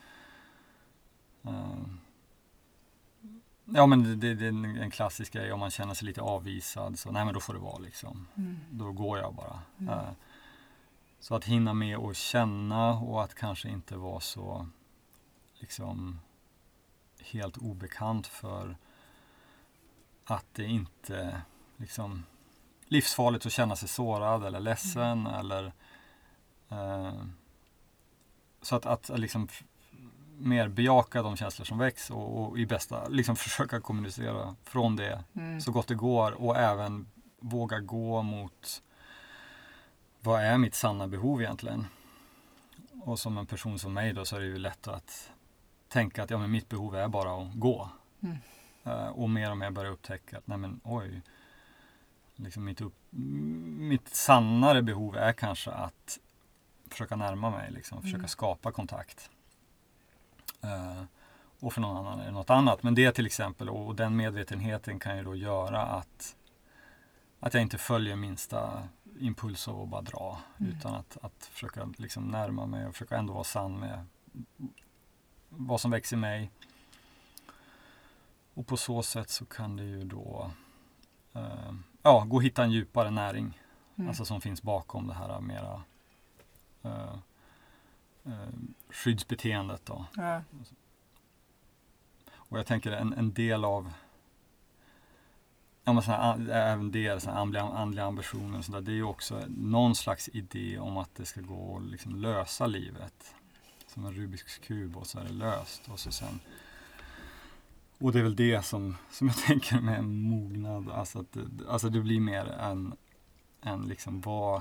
men det är en klassisk grej, om man känner sig lite avvisad, så nej, men då får det vara liksom. Då går jag bara. Så att hinna med och känna, och att kanske inte vara så liksom helt obekant för att det inte liksom livsfarligt att känna sig sårad eller ledsen eller så att liksom mer bejaka de känslor som väcks och i bästa liksom försöka kommunicera från det så gott det går, och även våga gå mot vad är mitt sanna behov egentligen. Och som en person som mig då, så är det ju lätt att tänka att men mitt behov är bara att gå. Och mer börja upptäcka att nej men oj, liksom mitt sannare behov är kanske att försöka närma mig, liksom, försöka skapa kontakt. Och för någon annan är det något annat. Men det till exempel, och den medvetenheten kan ju då göra att jag inte följer minsta impuls av att bara dra. Utan att försöka liksom närma mig och försöka ändå vara sann med vad som växer i mig. Och på så sätt så kan det ju då gå och hitta en djupare näring. Alltså som finns bakom det här mera skyddsbeteendet då. Ja. Och jag tänker en del av även det så andliga ambitioner och sådär, det är ju också någon slags idé om att det ska gå att liksom lösa livet. Som en Rubiks kub, och så är det löst. Och det är väl det som jag tänker med en mognad. Alltså det blir mer en liksom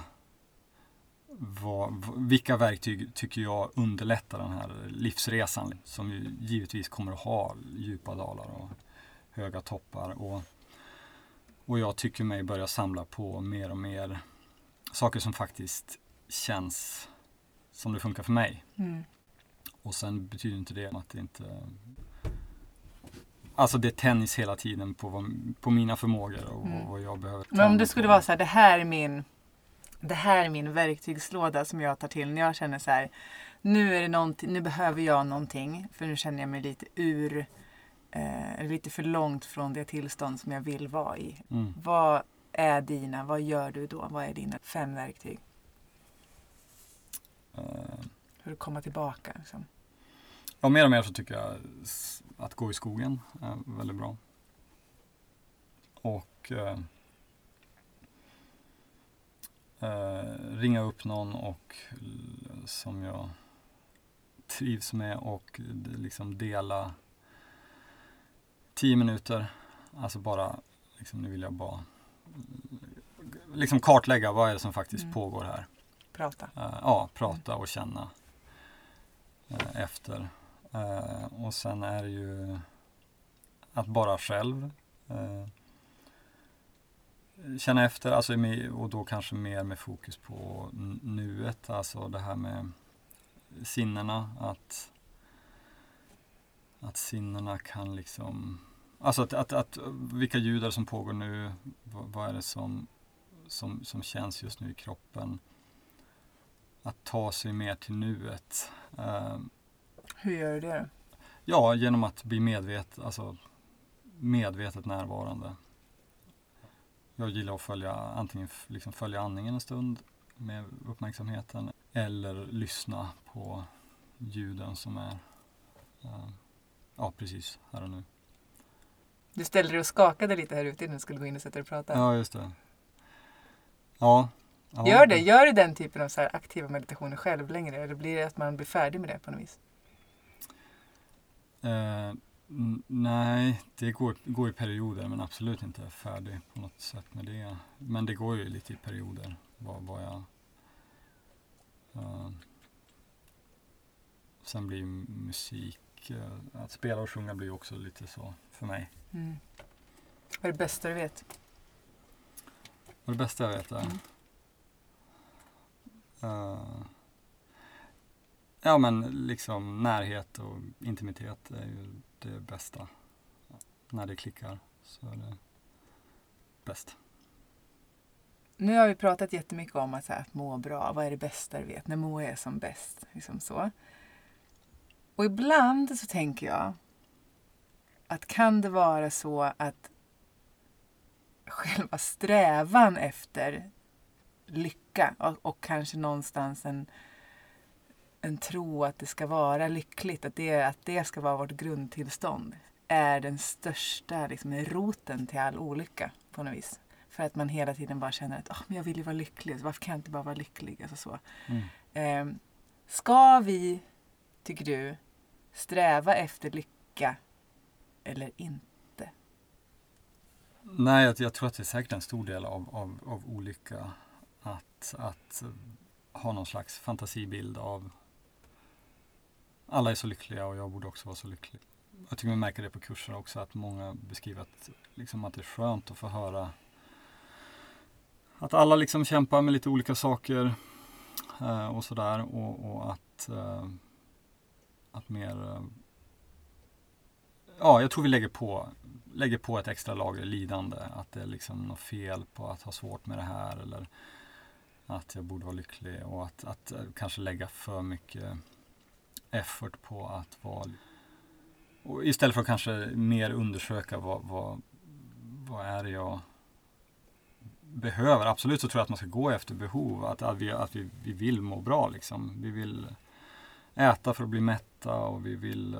vilka verktyg tycker jag underlättar den här livsresan, som ju givetvis kommer att ha djupa dalar och höga toppar. Och jag tycker mig börja samla på mer och mer saker som faktiskt känns som det funkar för mig. Mm. Och sen betyder inte det att det inte... Alltså det är tennis hela tiden på mina förmågor och vad jag behöver. Men om det skulle vara så här, det här är min verktygslåda som jag tar till när jag känner så här, nu är det någonting, nu behöver jag någonting, för nu känner jag mig lite lite för långt från det tillstånd som jag vill vara i. Mm. Vad gör du då? Vad är dina 5 verktyg? Hur du kommer tillbaka liksom. Ja, mer och mer så tycker jag att gå i skogen är väldigt bra. Och ringa upp någon och som jag trivs med och liksom dela 10 minuter. Alltså bara, liksom, nu vill jag bara liksom kartlägga vad är det som faktiskt pågår här. Prata. Prata och känna efter. Och sen är det ju att bara själv känna efter, alltså, och då kanske mer med fokus på nuet, alltså det här med sinnena, att sinnena kan liksom, alltså att vilka ljud är det som pågår nu, vad är det som känns just nu i kroppen, att ta sig mer till nuet. Hur gör du det då? Ja, genom att bli medvetet närvarande. Jag gillar att antingen följa andningen en stund med uppmärksamheten, eller lyssna på ljuden som är precis här och nu. Du ställde dig och skakade lite här ute när du skulle gå in och sätta dig och prata. Ja, just det. Ja. Gör du den typen av så här aktiva meditationer själv längre? Eller blir det att man blir färdig med det på något vis? Nej, det går i perioder, men absolut inte färdig på något sätt med det. Men det går ju lite i perioder. Sen blir musik, att spela och sjunga blir också lite så för mig. Mm. Vad är det bästa du vet? Vad är det bästa jag vet är? Ja, men liksom närhet och intimitet är ju det bästa. När det klickar så är det bäst. Nu har vi pratat jättemycket om att må bra. Vad är det bästa du vet? När må är som bäst. Liksom så. Och ibland så tänker jag att kan det vara så att själva strävan efter lycka och kanske någonstans en tro att det ska vara lyckligt, att det ska vara vårt grundtillstånd, är den största liksom, roten till all olycka på något vis. För att man hela tiden bara känner att men jag vill ju vara lycklig, så varför kan jag inte bara vara lycklig? Alltså så. Ska vi, tycker du, sträva efter lycka eller inte? Nej, jag tror att det är säkert en stor del av olycka att ha någon slags fantasibild av alla är så lyckliga och jag borde också vara så lycklig. Jag tycker man märker det på kurser också, att många beskriver att det är skönt att få höra att alla liksom kämpar med lite olika saker och sådär, och att mer jag tror vi lägger på ett extra lager lidande, att det är liksom något fel på att ha svårt med det här, eller att jag borde vara lycklig, och att kanske lägga för mycket effort på att vara, och istället för att kanske mer undersöka vad är det jag behöver. Absolut så tror jag att man ska gå efter behov, att vi vill må bra liksom. Vi vill äta för att bli mätta och vi vill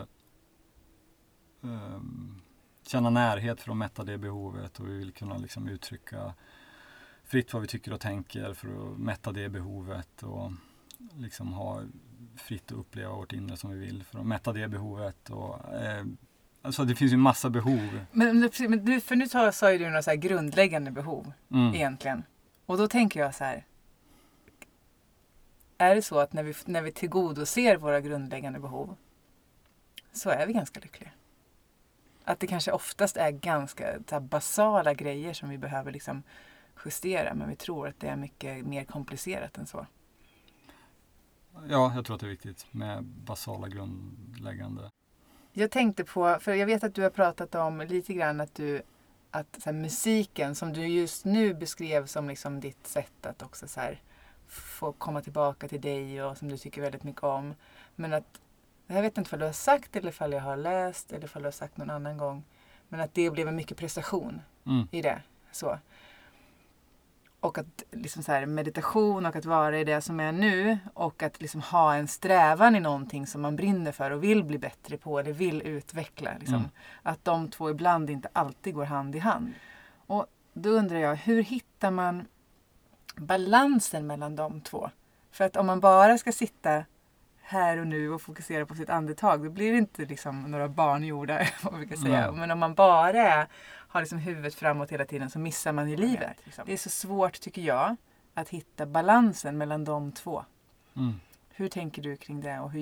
känna närhet för att mätta det behovet och vi vill kunna liksom uttrycka fritt vad vi tycker och tänker för att mätta det behovet och liksom ha fritt att uppleva vårt inre som vi vill för att mätta det behovet och alltså det finns ju massa behov. Men du, för nu sa ju du några så här grundläggande behov egentligen. Och då tänker jag så här, är det så att när vi tillgodoser våra grundläggande behov så är vi ganska lyckliga? Att det kanske oftast är ganska så här, basala grejer som vi behöver liksom justera, men vi tror att det är mycket mer komplicerat än så. Ja, jag tror att det är viktigt med basala grundläggande. Jag tänkte på, för jag vet att du har pratat om lite grann att så här, musiken som du just nu beskrev som liksom ditt sätt att också så här, få komma tillbaka till dig och som du tycker väldigt mycket om. Men att, jag vet inte om du har sagt eller om jag har läst eller om du har sagt någon annan gång, men att det blev en mycket prestation i det. Så. Och att liksom så här, meditation och att vara i det som är nu och att liksom ha en strävan i någonting som man brinner för och vill bli bättre på eller vill utveckla. Liksom. Att de två ibland inte alltid går hand i hand. Och då undrar jag, hur hittar man balansen mellan de två? För att om man bara ska sitta här och nu och fokusera på sitt andetag, då blir det inte liksom några barnjordar, vad vi kan säga. Men om man bara har liksom huvudet framåt hela tiden så missar man i livet. Liksom. Det är så svårt, tycker jag, att hitta balansen mellan de två. Hur tänker du kring det och hur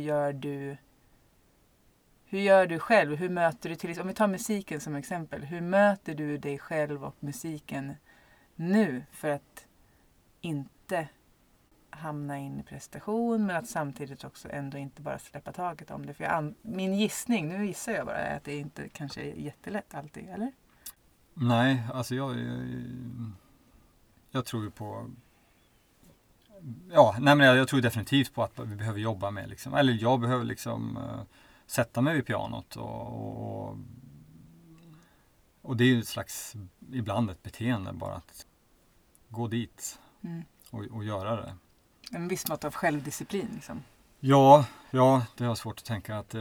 gör du själv? Hur möter du till, om vi tar musiken som exempel, hur möter du dig själv och musiken nu för att inte hamna in i prestation men att samtidigt också ändå inte bara släppa taget om det. För min gissning, nu gissar jag bara, är att det inte kanske är jättelätt alltid, eller? Nej, alltså jag tror ju på jag tror definitivt på att vi behöver jobba med liksom, eller jag behöver liksom sätta mig vid pianot och det är ju ett slags, ibland ett beteende bara att gå dit och göra det. En viss mått av självdisciplin liksom. Ja, det har svårt att tänka att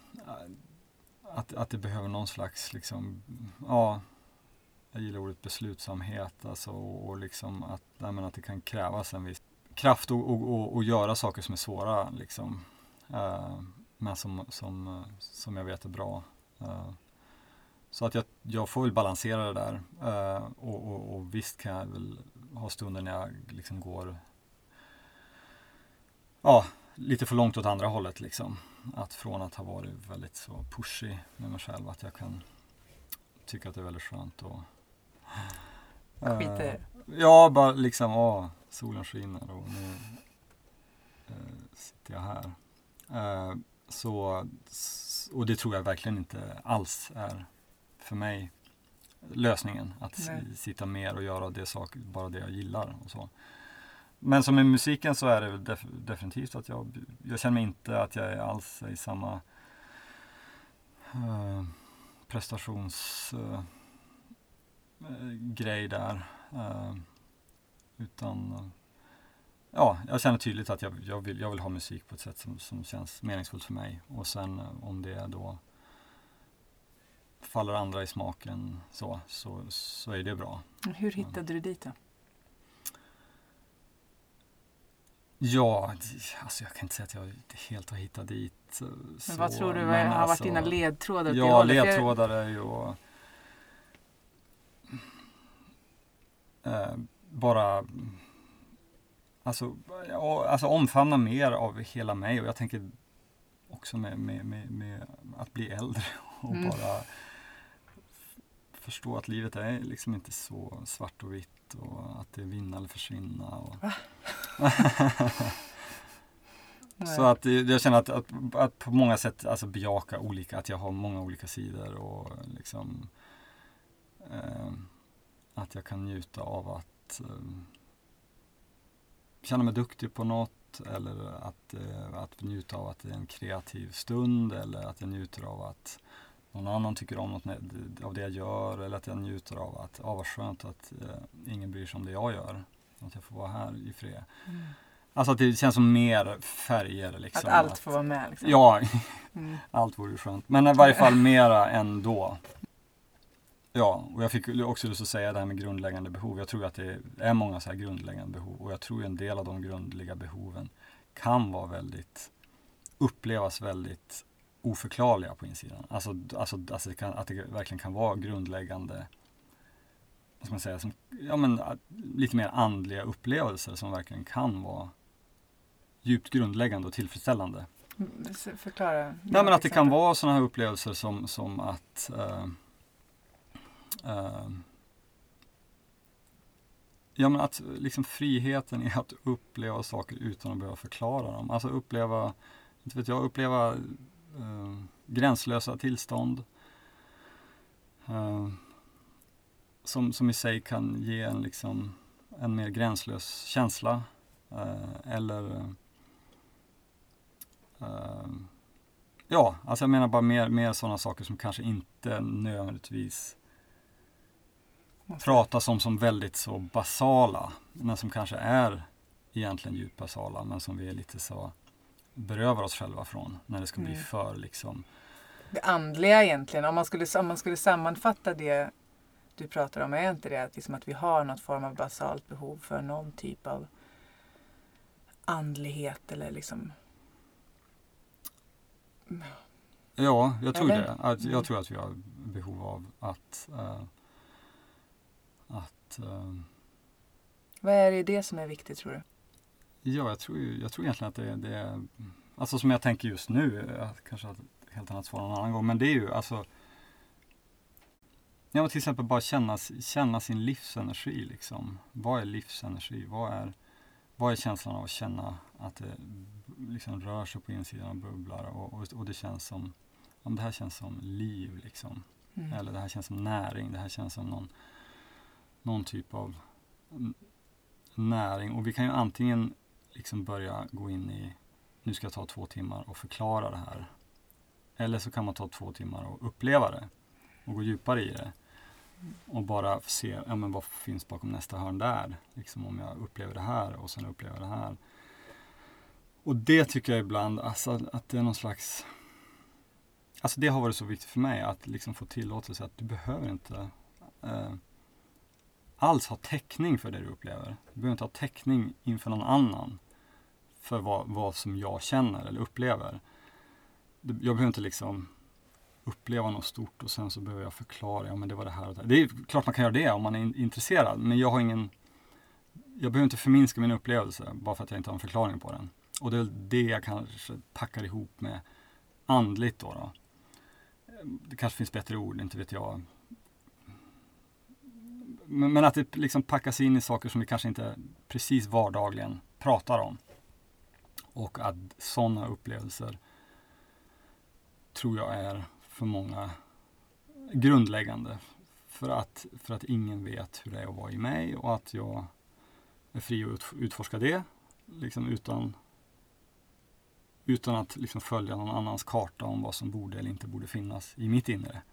det behöver någon slags liksom, jag gillar ordet beslutsamhet alltså, och liksom att det kan krävas en viss kraft och göra saker som är svåra liksom, men som jag vet är bra. Så att jag får väl balansera det där och visst kan jag väl ha stunder när jag liksom går lite för långt åt andra hållet liksom. Att från att ha varit väldigt så pushy med mig själv att jag kan tycka att det är väldigt skönt och skiter. Ja, bara liksom solen skiner och nu sitter jag här. Och det tror jag verkligen inte alls är för mig lösningen att sitta mer och göra bara det jag gillar och så. Men som med musiken så är det väl definitivt att jag känner mig inte att jag är alls i samma prestationsgrej där. Utan jag känner tydligt att jag vill ha musik på ett sätt som känns meningsfullt för mig. Och sen om det då faller andra i smaken så är det bra. Hur hittade du dit då? Ja, alltså jag kan inte säga att jag helt har hittat dit. Men vad tror du har varit dina ledtrådar? Ja, ledtrådar är ju bara alltså omfamna mer av hela mig och jag tänker också med att bli äldre och bara förstå att livet är liksom inte så svart och vitt och att det är vinna eller försvinna. Och så att jag känner att på många sätt alltså bejaka att jag har många olika sidor och liksom att jag kan njuta av att känna mig duktig på något eller att njuta av att det är en kreativ stund eller att jag njuter av att någon annan tycker om något av det jag gör eller att jag njuter av att vad skönt att ingen bryr sig om det jag gör. Att jag får vara här i fred. Alltså att det känns som mer färger. Liksom, att allt får vara med. Liksom. Ja, allt vore ju skönt. Men i varje fall mera än då. Ja, och jag fick också lust att säga det här med grundläggande behov. Jag tror att det är många så här grundläggande behov. Och jag tror en del av de grundläggande behoven kan vara upplevas väldigt oförklarliga på insidan. Alltså att det verkligen kan vara grundläggande, vad ska man säga, som, lite mer andliga upplevelser som verkligen kan vara djupt grundläggande och tillfredsställande. Förklara. Nej, men att det kan vara sådana här upplevelser som att att liksom friheten i att uppleva saker utan att behöva förklara dem. Alltså uppleva gränslösa tillstånd som i sig kan ge en mer gränslös känsla eller alltså jag menar bara mer sådana saker som kanske inte nödvändigtvis pratas om som väldigt så basala, men som kanske är egentligen djupt basala, men som vi är lite så berövar oss själva från när det ska bli för liksom. Det andliga egentligen, om man skulle sammanfatta det du pratar om, är inte det att, liksom, att vi har något form av basalt behov för någon typ av andlighet eller liksom. Ja, jag tror det. Jag tror att vi har behov av att vad är det som är viktigt, tror du? Ja, jag tror egentligen att det är, alltså som jag tänker just nu, kanske ett helt annat svar någon annan gång, men det är ju alltså till exempel bara känna sin livsenergi liksom. Vad är livsenergi? Vad är känslan av att känna att det liksom rör sig på insidan och bubblar och det känns som, om det här känns som liv liksom. Eller det här känns som näring, det här känns som någon typ av näring. Och vi kan ju antingen liksom börja gå in i, nu ska jag ta 2 timmar och förklara det här. Eller så kan man ta 2 timmar och uppleva det och gå djupare i det. Och bara se, vad finns bakom nästa hörn där? Liksom om jag upplever det här och sen upplever det här. Och det tycker jag ibland, alltså att det är någon slags, alltså det har varit så viktigt för mig att liksom få tillåtelse att du behöver inte alls ha täckning för det du upplever. Du behöver inte ha täckning inför någon annan för vad som jag känner eller upplever. Jag behöver inte liksom uppleva något stort och sen så behöver jag förklara, men det var det här och det här. Det är klart man kan göra det om man är intresserad, men jag behöver inte förminska min upplevelse bara för att jag inte har en förklaring på den. Och det är det jag kanske packar ihop med andligt då. Det kanske finns bättre ord, inte vet jag. Men att det liksom packas in i saker som vi kanske inte precis vardagligen pratar om. Och att sådana upplevelser tror jag är för många grundläggande. För att ingen vet hur det är att vara i mig och att jag är fri att utforska det liksom utan att liksom följa någon annans karta om vad som borde eller inte borde finnas i mitt inre.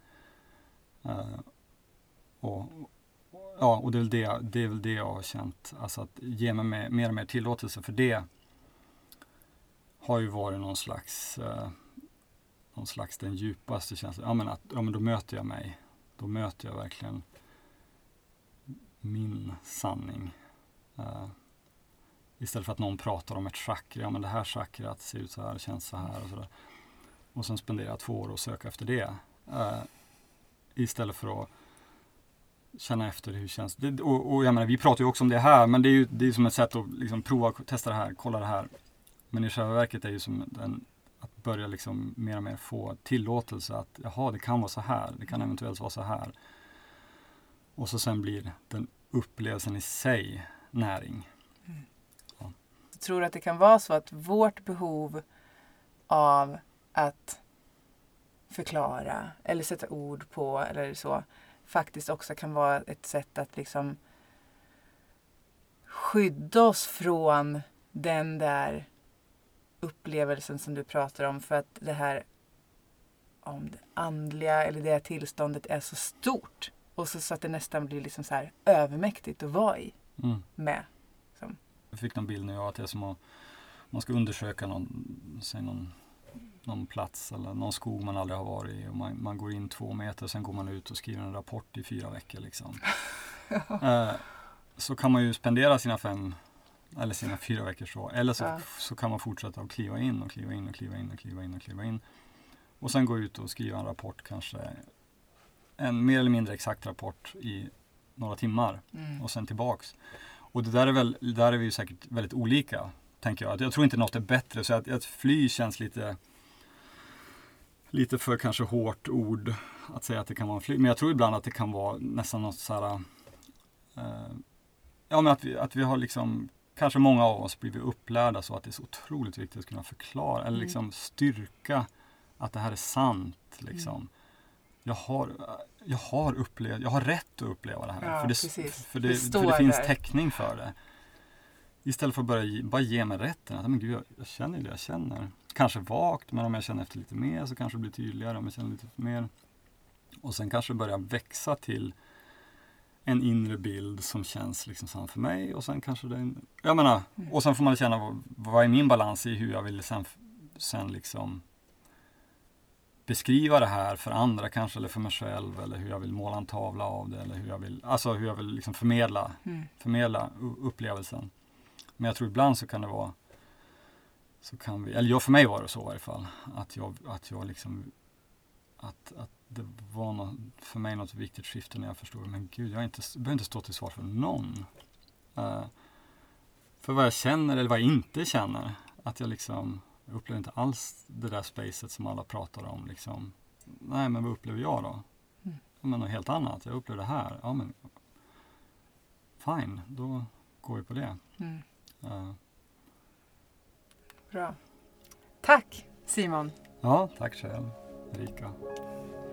Och det är väl det jag har känt, alltså att ge mig mer och mer tillåtelse, för det har ju varit någon slags den djupaste känslan. Men då möter jag mig. Då möter jag verkligen min sanning. Istället för att någon pratar om ett chakra. Men det här chakrat ser ut så här, känns så här och sådär. Och sen spenderar jag 2 år och söka efter det. Istället för att känna efter hur det känns. Och jag menar, vi pratar ju också om det här. Men det är ju som ett sätt att liksom prova, testa det här, kolla det här. Men i själva verket är ju som att börja liksom mer och mer få tillåtelse att det kan vara så här, det kan eventuellt vara så här. Och så sen blir den upplevelsen i sig näring. Ja. Jag tror att det kan vara så att vårt behov av att förklara eller sätta ord på eller så faktiskt också kan vara ett sätt att liksom skydda oss från den där upplevelsen som du pratar om, för att det här om det andliga eller det här tillståndet är så stort och så att det nästan blir liksom så här övermäktigt att vara i med. Jag fick någon bild nu av att det är som att man ska undersöka någon plats eller någon skog man aldrig har varit i. Och man går in 2 meter och sen går man ut och skriver en rapport i 4 veckor. Liksom. Så kan man ju spendera sina 5 eller sina 4 veckor så. Eller så kan man fortsätta att kliva in. Och sen gå ut och skriva en rapport, kanske en mer eller mindre exakt rapport i några timmar. Och sen tillbaks. Och där är vi ju säkert väldigt olika, tänker jag. Jag tror inte något är bättre, så att fly känns lite för kanske hårt ord att säga att det kan vara en fly. Men jag tror ibland att det kan vara nästan något så här, men att vi har liksom, kanske många av oss blivit upplärda så att det är så otroligt viktigt att kunna förklara eller liksom styrka att det här är sant liksom. Jag har rätt att uppleva det här. Ja, för det finns täckning för det. Istället för att bara ge mig rätten. Att, men gud, jag känner det jag känner. Kanske vagt, men om jag känner efter lite mer så kanske det blir tydligare. Om jag känner lite mer. Och sen kanske börja växa till en inre bild som känns liksom sann för mig. Och sen kanske och sen får man känna vad är min balans i hur jag vill sen liksom beskriva det här för andra kanske, eller för mig själv, eller hur jag vill måla en tavla av det, eller hur jag vill liksom förmedla upplevelsen. Men jag tror ibland så kan det vara, för mig var det så i varje fall, att jag liksom, att det var för mig något viktigt skifte när jag förstod, men gud, jag behöver inte stå till svar för någon. För vad jag känner eller vad jag inte känner, att jag upplever inte alls det där spacet som alla pratar om. Liksom. Nej, men vad upplever jag då? Men något helt annat. Jag upplever det här. Ja, men fine, då går vi på det. Bra. Tack, Simon. Ja, tack själv, Erika.